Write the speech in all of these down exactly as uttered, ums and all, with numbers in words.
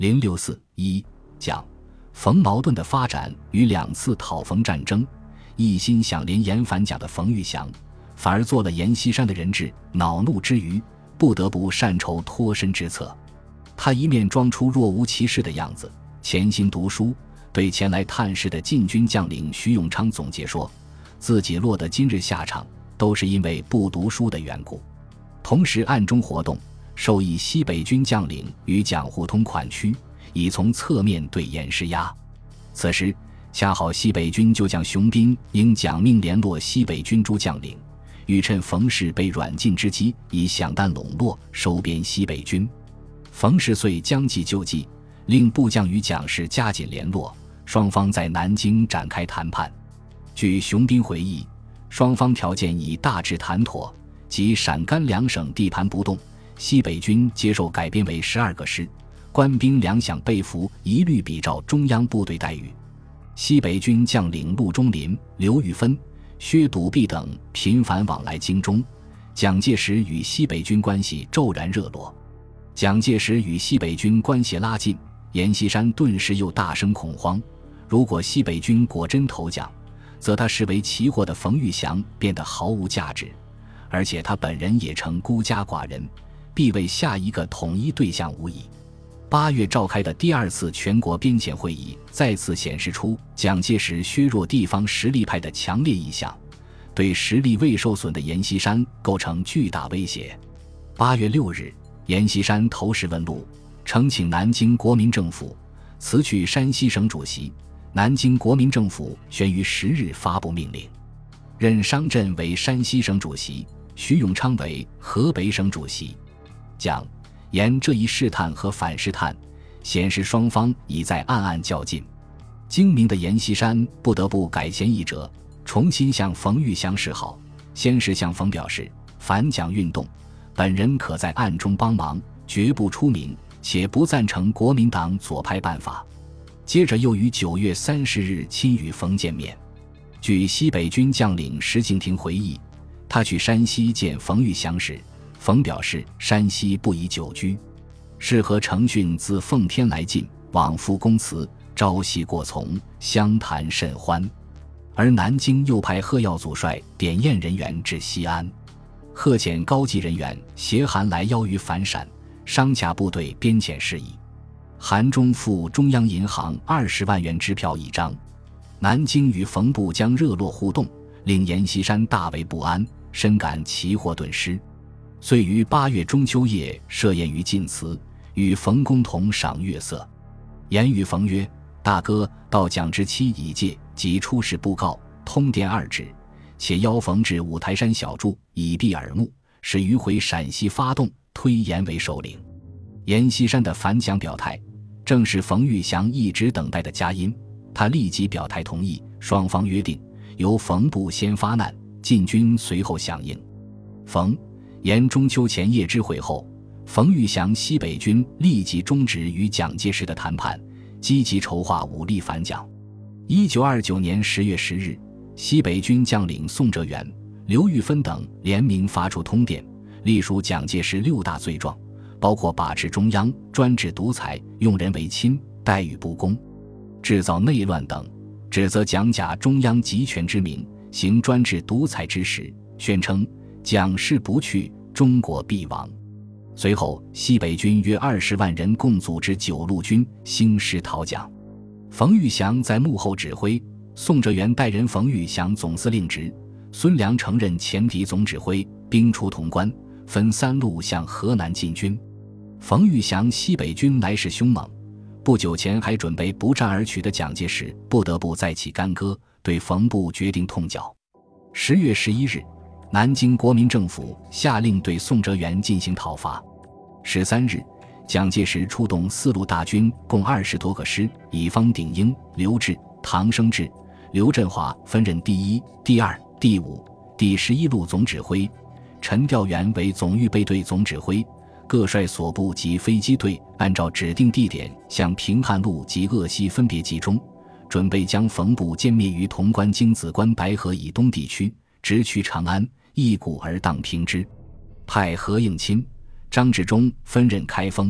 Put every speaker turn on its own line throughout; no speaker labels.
零六四一讲冯矛盾的发展与两次讨冯战争，一心想连严反蒋的冯玉祥，反而做了阎锡山的人质，恼怒之余，不得不擅筹脱身之策。他一面装出若无其事的样子，潜心读书，对前来探视的禁军将领徐永昌总结说，自己落得今日下场，都是因为不读书的缘故。同时暗中活动，授意西北军将领与蒋互通款曲，以从侧面对阎施压。此时恰好西北军旧将熊斌应蒋命联络西北军诸将领，欲趁冯氏被软禁之机，以饷弹笼络，收编西北军。冯氏遂将计就计，令部将与蒋氏加紧联络，双方在南京展开谈判。据熊斌回忆，双方条件已大致谈妥，即陕甘两省地盘不动，西北军接受改编为十二个师，官兵粮饷被服一律比照中央部队待遇。西北军将领陆中林、刘玉芬、薛笃弼等频繁往来京中，蒋介石与西北军关系骤然热络。蒋介石与西北军关系拉近，阎锡山顿时又大生恐慌，如果西北军果真投蒋，则他视为奇货的冯玉祥变得毫无价值，而且他本人也成孤家寡人，必为下一个统一对象无疑。八月召开的第二次全国编遣会议再次显示出蒋介石削弱地方实力派的强烈意向，对实力未受损的阎锡山构成巨大威胁。八月六日，阎锡山投石问路，呈请南京国民政府辞去山西省主席。南京国民政府旋于十日发布命令，任商震为山西省主席，徐永昌为河北省主席。蒋、阎这一试探和反试探，显示双方已在暗暗较劲。精明的阎锡山不得不改弦易辙，重新向冯玉祥示好。先是向冯表示，反蒋运动本人可在暗中帮忙，绝不出名，且不赞成国民党左派办法。接着又于九月三十日亲与冯见面。据西北军将领石敬亭回忆，他去山西见冯玉祥时，冯表示山西不宜久居，是和程训自奉天来进，往复公祠，朝夕过从，相谈甚欢。而南京又派贺耀祖率点验人员至西安，贺遣高级人员携函来邀于反陕，商洽部队编遣事宜。函中附中央银行二十万元支票一张。南京与冯部将热络互动，令阎锡山大为不安，深感奇货顿失，遂于八月中秋夜设宴于晋祠，与冯共同赏月色。言与冯曰：大哥到蒋之期已届，即出使布告通电二旨，且邀冯至五台山小筑，以避耳目，使迂回陕西发动，推阎为首领。阎锡山的反蒋表态正是冯玉祥一直等待的佳音，他立即表态同意，双方约定由冯部先发难，晋军随后响应。冯、阎中秋前夜之会后，冯玉祥西北军立即终止与蒋介石的谈判，积极筹划武力反蒋。一九二九年十月十日，西北军将领宋哲元、刘玉芬等联名发出通电，隶属蒋介石六大罪状，包括把持中央、专制独裁、用人为亲、待遇不公、制造内乱等，指责蒋假中央集权之名，行专制独裁之实，宣称蒋氏不去，中国必亡。随后西北军约二十万人共组织九路军兴师讨蒋。冯玉祥在幕后指挥，宋哲元代任冯玉祥总司令职，孙良承任前敌总指挥，兵出潼关，分三路向河南进军。冯玉祥西北军来势凶猛，不久前还准备不战而取的蒋介石不得不再起干戈，对冯部决定痛剿。十月十一日，南京国民政府下令对宋哲元进行讨伐。十三日，蒋介石出动四路大军共二十多个师，以方鼎英、刘峙、唐生智、刘振华分任第一、第二、第五、第十一路总指挥，陈调元为总预备队总指挥，各率所部及飞机队按照指定地点向平汉路及鄂西分别集中，准备将冯部歼灭于潼关京子关白河以东地区，直取长安，一鼓而荡平之。派何应钦、张治中分任开封、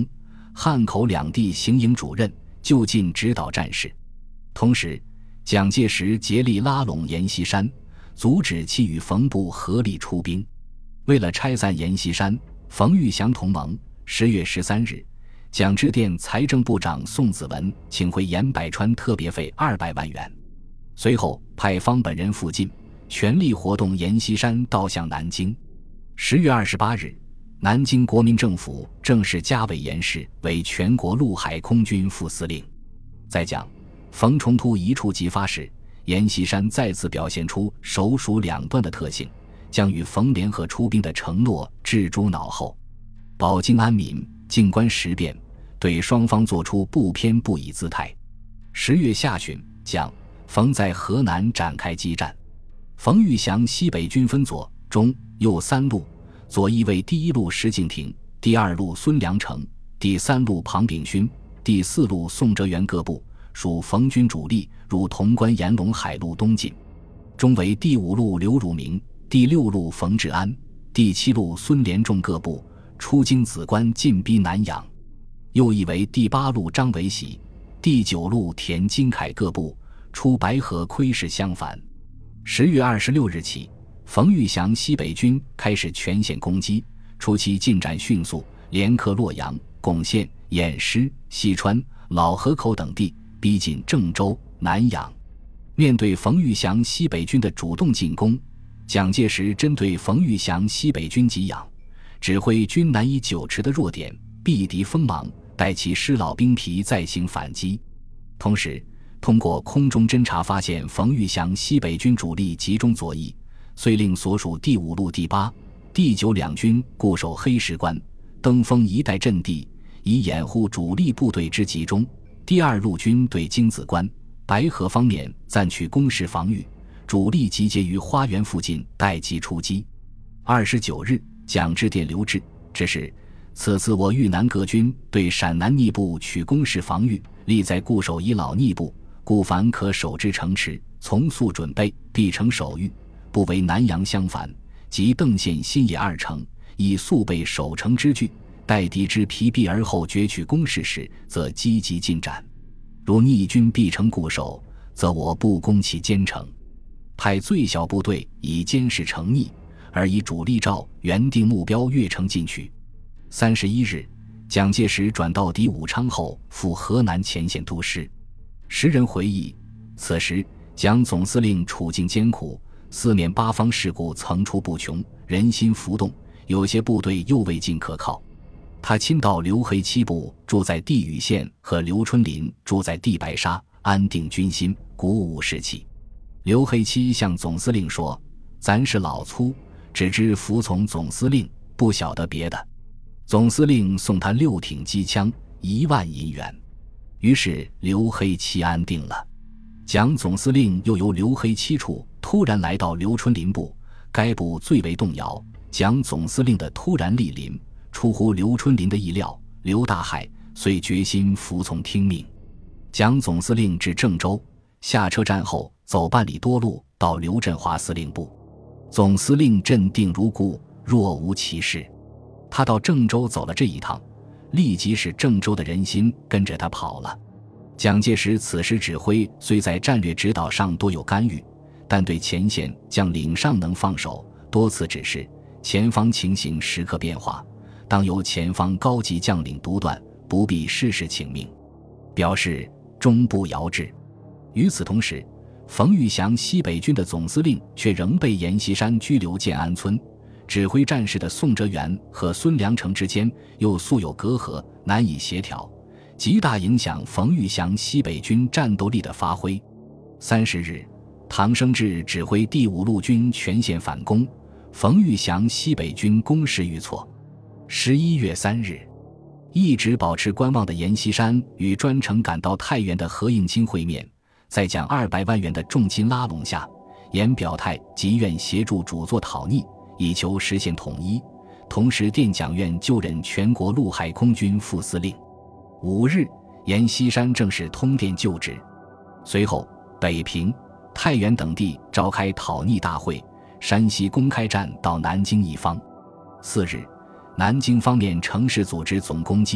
汉口两地行营主任，就近指导战事。同时，蒋介石竭力拉拢阎锡山，阻止其与冯部合力出兵。为了拆散阎锡山、冯玉祥同盟，十月十三日，蒋致电财政部长宋子文，请回严百川特别费二百万元。随后派方本人附近，全力活动阎锡山倒向南京。十月二十八日，南京国民政府正式加委阎氏为全国陆海空军副司令。在蒋冯冲突一触即发时，阎锡山再次表现出首鼠两端的特性，将与冯联合出兵的承诺置诸脑后。保境安民，静观时变，对双方做出不偏不倚姿态。十月下旬，蒋冯在河南展开激战。冯玉祥西北军分左、中、右三路，左翼为第一路石敬瑭，第二路孙良诚，第三路庞炳勋，第四路宋哲元各部，属冯军主力，如潼关沿陇海路东进。中为第五路刘汝明，第六路冯治安，第七路孙连仲各部，出京子关进逼南阳。右翼为第八路张维喜，第九路田金凯各部，出白河窥视襄樊。十月二十六日起，冯玉祥西北军开始全线攻击，初期进展迅速，连克洛阳、巩县、偃师、西川、老河口等地，逼近郑州、南阳。面对冯玉祥西北军的主动进攻，蒋介石针对冯玉祥西北军给养，指挥军难以久持的弱点，避敌锋芒，待其失老兵疲再行反击。同时通过空中侦察发现冯玉祥西北军主力集中左翼，遂令所属第五路第八、第九两军固守黑石关、登封一带阵地，以掩护主力部队之集中。第二路军对京子关、白河方面暂取攻势防御，主力集结于花园附近待机出击。二十九日，蒋致电刘峙，指示此次我豫南各军对陕南逆部取攻势防御，力在固守以老逆部，故凡可守之城池，从速准备，必成守御，不为南阳相反，即邓县新野二城，以速备守城之据，待敌之疲弊而后决取攻势时，则积极进展。如逆军必成固守，则我不攻其坚城。派最小部队以监视城逆，而以主力照原定目标越城进取。三十一日，蒋介石转到敌武昌后，赴河南前线督师。时人回忆，此时蒋总司令处境艰苦，四面八方事故层出不穷，人心浮动，有些部队又未尽可靠。他亲到刘黑七部住在地宇县和刘春林住在地白沙，安定军心，鼓舞士气。刘黑七向总司令说：“咱是老粗，只知服从总司令，不晓得别的。”总司令送他六挺机枪，一万银元。于是刘黑七安定了。蒋总司令又由刘黑七处突然来到刘春林部，该部最为动摇。蒋总司令的突然莅临出乎刘春林的意料，刘大骇，遂决心服从听命。蒋总司令至郑州，下车站后走半里多路到刘振华司令部，总司令镇定如故，若无其事。他到郑州走了这一趟，立即使郑州的人心跟着他跑了。蒋介石此时指挥虽在战略指导上多有干预，但对前线将领尚能放手，多次指示前方情形时刻变化，当由前方高级将领独断，不必事事请命，表示终不遥制。与此同时，冯玉祥西北军的总司令却仍被阎锡山拘留建安村，指挥战事的宋哲元和孙良诚之间又素有隔阂，难以协调，极大影响冯玉祥西北军战斗力的发挥。三十日，唐生智指挥第五路军全线反攻，冯玉祥西北军攻势愈挫。十一月三日，一直保持观望的阎锡山与专程赶到太原的何应钦会面，在蒋二百万元的重金拉拢下，阎表态即愿协助主作讨逆，以求实现统一，同时电蒋愿就任全国陆海空军副司令。五日，阎锡山正式通电就职。随后，北平、太原等地召开讨逆大会，山西公开战到南京一方。四日，南京方面乘势组织总攻击，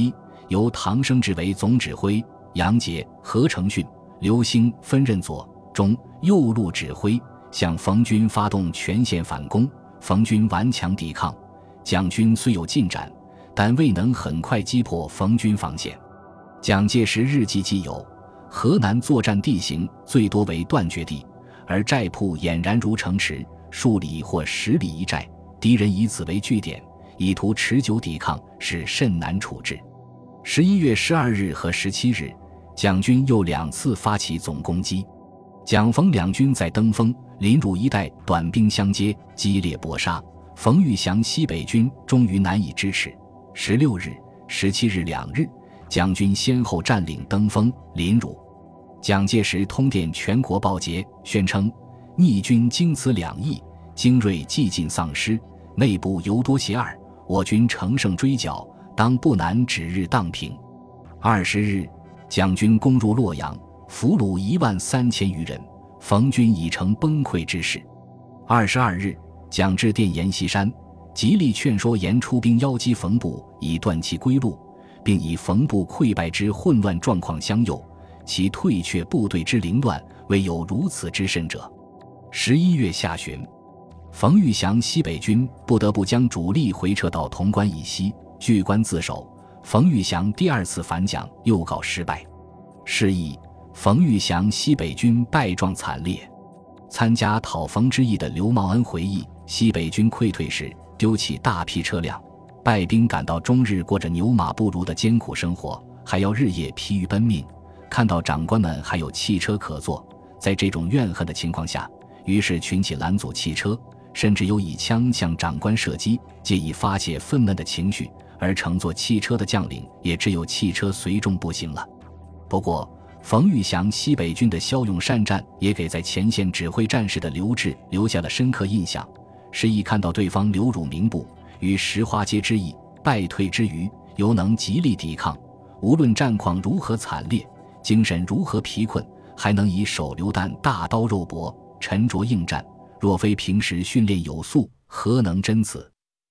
由唐生智为总指挥，杨杰、何成训、刘兴分任左、中、右路指挥，向冯军发动全线反攻。冯军顽强抵抗，蒋军虽有进展，但未能很快击破冯军防线。蒋介石日记记有，河南作战地形最多为断绝地，而寨铺俨然如城池，数里或十里一寨，敌人以此为据点，以图持久抵抗，是甚难处置。十一月十二日和十七日，蒋军又两次发起总攻击。蒋冯两军在登封、临汝一带短兵相接，激烈搏杀，冯玉祥西北军终于难以支持。十六日、十七日两日，蒋军先后占领登封、临汝。蒋介石通电全国报捷，宣称逆军经此两役，精锐既尽丧失，内部尤多邪二，我军乘胜追剿，当不难指日荡平。二十日，蒋军攻入洛阳，俘虏一万三千余人，冯军已成崩溃之势。二十二日，蒋致电阎锡山，极力劝说阎出兵邀击冯部，以断其归路，并以冯部溃败之混乱状况相诱，其退却部队之凌乱，未有如此之甚者。十一月下旬，冯玉祥西北军不得不将主力回撤到潼关以西，据关自守。冯玉祥第二次反蒋又告失败，是以冯玉祥西北军败状惨烈。参加讨冯之役的刘茂恩回忆，西北军溃退时丢弃大批车辆，败兵感到终日过着牛马不如的艰苦生活，还要日夜疲于奔命。看到长官们还有汽车可坐，在这种怨恨的情况下，于是群起拦阻汽车，甚至有以枪向长官射击，借以发泄愤懑的情绪，而乘坐汽车的将领也只有汽车随众步行了。不过冯玉祥西北军的骁勇善战也给在前线指挥战士的刘峙留下了深刻印象。时一看到对方刘汝明部于石花街之役败退之余，犹能极力抵抗，无论战况如何惨烈，精神如何疲困，还能以手榴弹大刀肉搏沉着应战，若非平时训练有素，何能真此？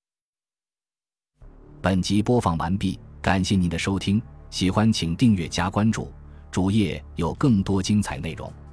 本集播放完毕，感谢您的收听，喜欢请订阅加关注，主页有更多精彩内容。